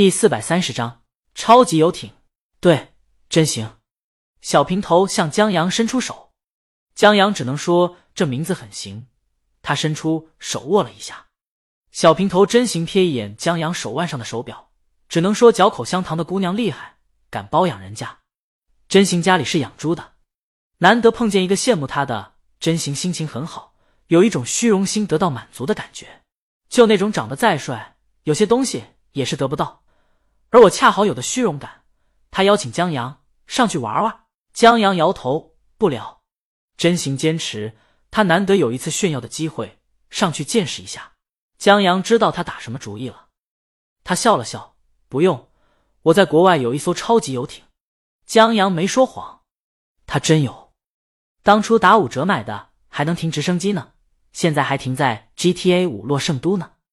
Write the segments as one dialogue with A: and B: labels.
A: 第430章超级游艇。对，真行。小平头向江阳伸出手，江阳只能说这名字很行，他伸出手握了一下。小平头真行瞥一眼江阳手腕上的手表，只能说嚼口香糖的姑娘厉害，敢包养人家。真行家里是养猪的，难得碰见一个羡慕他的，真行心情很好，有一种虚荣心得到满足的感觉。就那种长得再帅，有些东西也是得不到，而我恰好有的虚荣感。他邀请江阳上去玩玩，江阳摇头不了。真行坚持，他难得有一次炫耀的机会，上去见识一下。江阳知道他打什么主意了，他笑了笑，不用，我在国外有一艘超级游艇。江阳没说谎，他真有，当初打5折买的，还能停直升机呢，现在还停在 GTA 5洛圣都呢。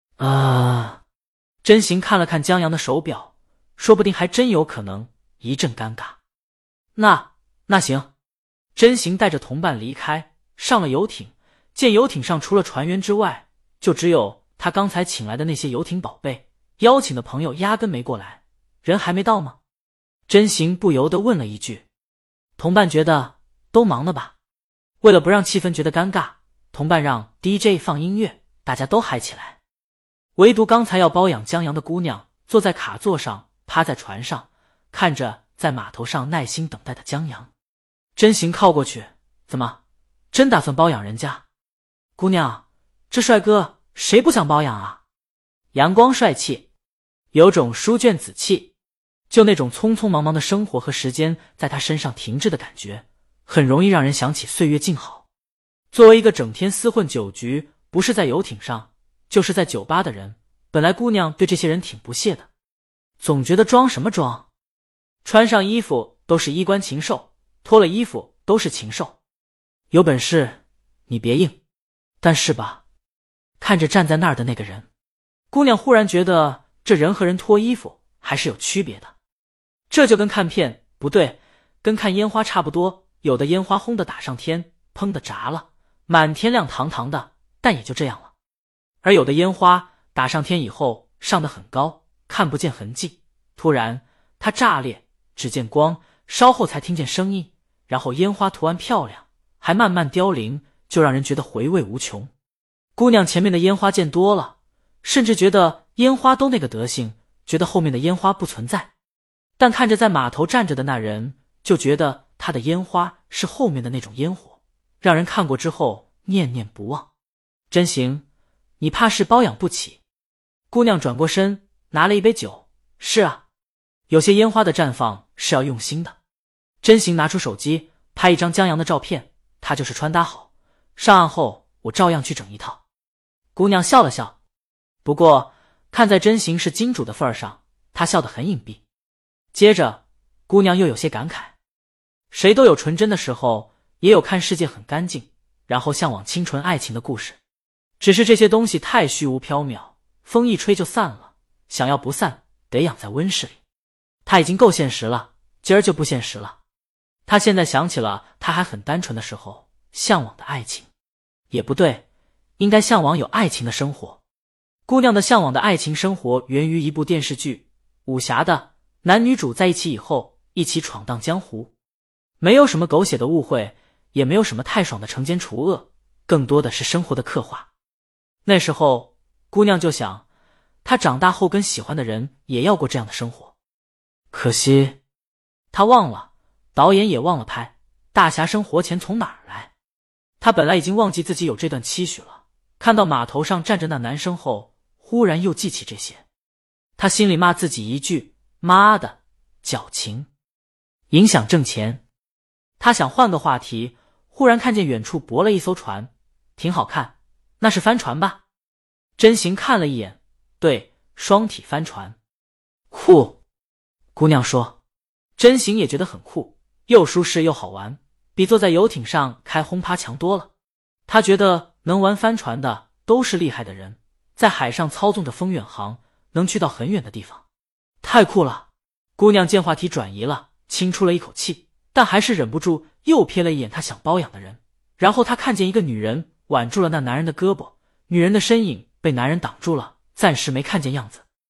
A: 真行看了看江阳的手表，说不定还真有可能，一阵尴尬。那行。真行带着同伴离开，上了游艇，见游艇上除了船员之外，就只有他刚才请来的那些游艇宝贝，邀请的朋友压根没过来，人还没到吗？真行不由得问了一句，同伴觉得都忙呢吧？为了不让气氛觉得尴尬，同伴让 DJ 放音乐，大家都嗨起来。唯独刚才要包养江阳的姑娘坐在卡座上，趴在船上，看着在码头上耐心等待的江阳。真行靠过去，怎么，真打算包养人家？姑娘，这帅哥谁不想包养啊？阳光帅气，有种书卷子气，就那种匆匆忙忙的生活和时间在他身上停滞的感觉，很容易让人想起岁月静好。作为一个整天厮混酒局，不是在游艇上就是在酒吧的人，本来姑娘对这些人挺不屑的，总觉得装什么装，穿上衣服都是衣冠禽兽，脱了衣服都是禽兽，有本事你别硬。但是吧，看着站在那儿的那个人，姑娘忽然觉得这人和人脱衣服还是有区别的。这就跟看片，不对，跟看烟花差不多，有的烟花轰的打上天，砰的炸了，满天亮堂堂的，但也就这样了。而有的烟花打上天以后上得很高，看不见痕迹，突然它炸裂，只见光，稍后才听见声音，然后烟花图案漂亮，还慢慢凋零，就让人觉得回味无穷。姑娘前面的烟花见多了，甚至觉得烟花都那个德行，觉得后面的烟花不存在。但看着在码头站着的那人，就觉得他的烟花是后面的那种烟火，让人看过之后念念不忘。真行，你怕是包养不起。姑娘转过身，拿了一杯酒。是啊，有些烟花的绽放是要用心的。真行拿出手机拍一张江阳的照片，他就是穿搭好，上岸后我照样去整一套。姑娘笑了笑，不过看在真行是金主的份上，她笑得很隐蔽。接着姑娘又有些感慨，谁都有纯真的时候，也有看世界很干净，然后向往清纯爱情的故事，只是这些东西太虚无缥缈，风一吹就散了，想要不散得养在温室里。她已经够现实了，今儿就不现实了。她现在想起了她还很单纯的时候向往的爱情，也不对，应该向往有爱情的生活。姑娘的向往的爱情生活源于一部电视剧，武侠的，男女主在一起以后一起闯荡江湖，没有什么狗血的误会，也没有什么太爽的惩奸除恶，更多的是生活的刻画。那时候姑娘就想，她长大后跟喜欢的人也要过这样的生活。可惜她忘了，导演也忘了拍，大侠生活钱从哪儿来。她本来已经忘记自己有这段期许了，看到码头上站着那男生后，忽然又记起这些。她心里骂自己一句，妈的，矫情，影响挣钱。她想换个话题，忽然看见远处泊了一艘船，挺好看，那是帆船吧？真行看了一眼，对，双体帆船。酷，姑娘说。真行也觉得很酷，又舒适又好玩，比坐在游艇上开轰趴强多了。他觉得能玩帆船的都是厉害的人，在海上操纵着风远航，能去到很远的地方。太酷了！姑娘见话题转移了，轻出了一口气，但还是忍不住又瞥了一眼她想包养的人。然后她看见一个女人挽住了那男人的胳膊，女人的身影被男人挡住了，暂时没看见样子。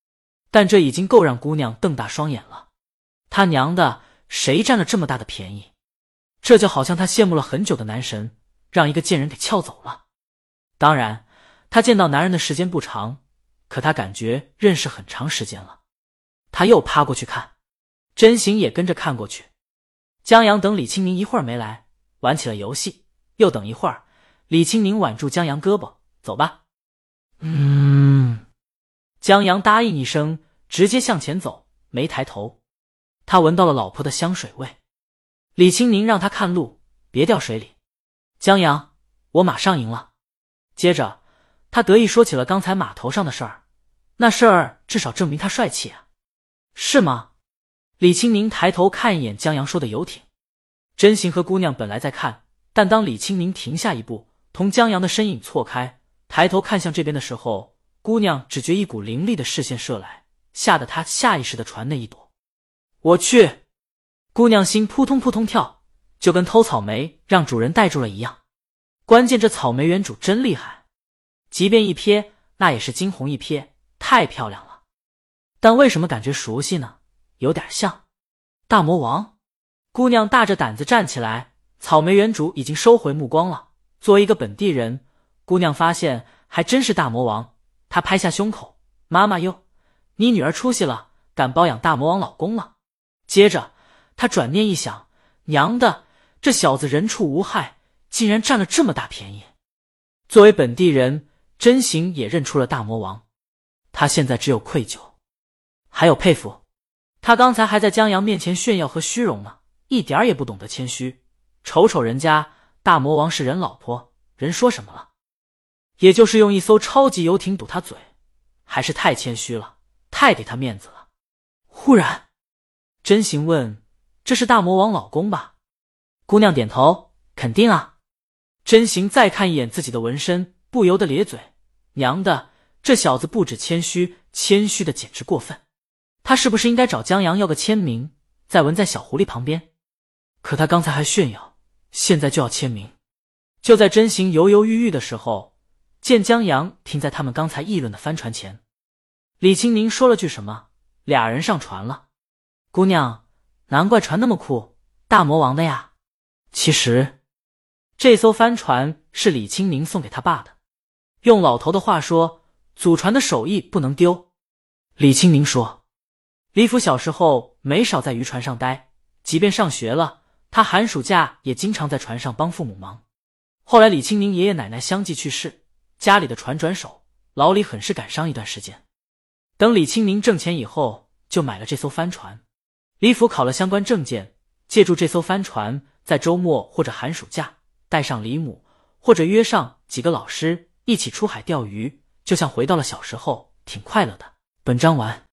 A: 但这已经够让姑娘瞪大双眼了。他娘的，谁占了这么大的便宜？这就好像他羡慕了很久的男神，让一个贱人给撬走了。当然，他见到男人的时间不长，可他感觉认识很长时间了。他又趴过去看，真行也跟着看过去。江阳等李青宁一会儿没来，玩起了游戏。又等一会儿，李青宁挽住江阳胳膊，走吧。江阳答应一声，直接向前走，没抬头。他闻到了老婆的香水味。李青宁让他看路，别掉水里。江阳，我马上赢了。接着他得意说起了刚才码头上的事儿，那事儿至少证明他帅气啊。是吗？李青宁抬头看一眼江阳说的游艇。真行和姑娘本来在看，但当李青宁停下一步，同江阳的身影错开，抬头看向这边的时候，姑娘只觉一股凌厉的视线射来，吓得她下意识地传那一躲。我去！姑娘心扑通扑通跳，就跟偷草莓让主人带住了一样。关键这草莓园主真厉害，即便一瞥，那也是惊鸿一瞥，太漂亮了。但为什么感觉熟悉呢？有点像大魔王。姑娘大着胆子站起来，草莓园主已经收回目光了。作为一个本地人，姑娘发现还真是大魔王。她拍下胸口，妈妈哟，你女儿出息了，敢包养大魔王老公了。接着她转念一想，娘的，这小子人畜无害，竟然占了这么大便宜。作为本地人，真行也认出了大魔王。他现在只有愧疚，还有佩服。他刚才还在江阳面前炫耀和虚荣呢，一点也不懂得谦虚。瞅瞅人家大魔王是人老婆，人说什么了？也就是用一艘超级游艇堵他嘴，还是太谦虚了，太给他面子了。忽然真行问，这是大魔王老公吧？姑娘点头，肯定啊。真行再看一眼自己的纹身，不由得咧嘴，娘的，这小子不止谦虚，谦虚的简直过分。他是不是应该找江阳要个签名，再纹在小狐狸旁边？可他刚才还炫耀，现在就要签名。就在真行犹犹豫豫的时候，见江阳停在他们刚才议论的帆船前。李青宁说了句什么，俩人上船了。姑娘，难怪船那么酷，大魔王的呀。其实这艘帆船是李青宁送给他爸的，用老头的话说，祖传的手艺不能丢。李青宁说，李府小时候没少在渔船上待，即便上学了，他寒暑假也经常在船上帮父母忙。后来李青宁爷爷奶奶相继去世，家里的船转手，老李很是感伤一段时间。等李青宁挣钱以后，就买了这艘帆船。李府考了相关证件，借助这艘帆船，在周末或者寒暑假，带上李母，或者约上几个老师一起出海钓鱼，就像回到了小时候，挺快乐的。本章完。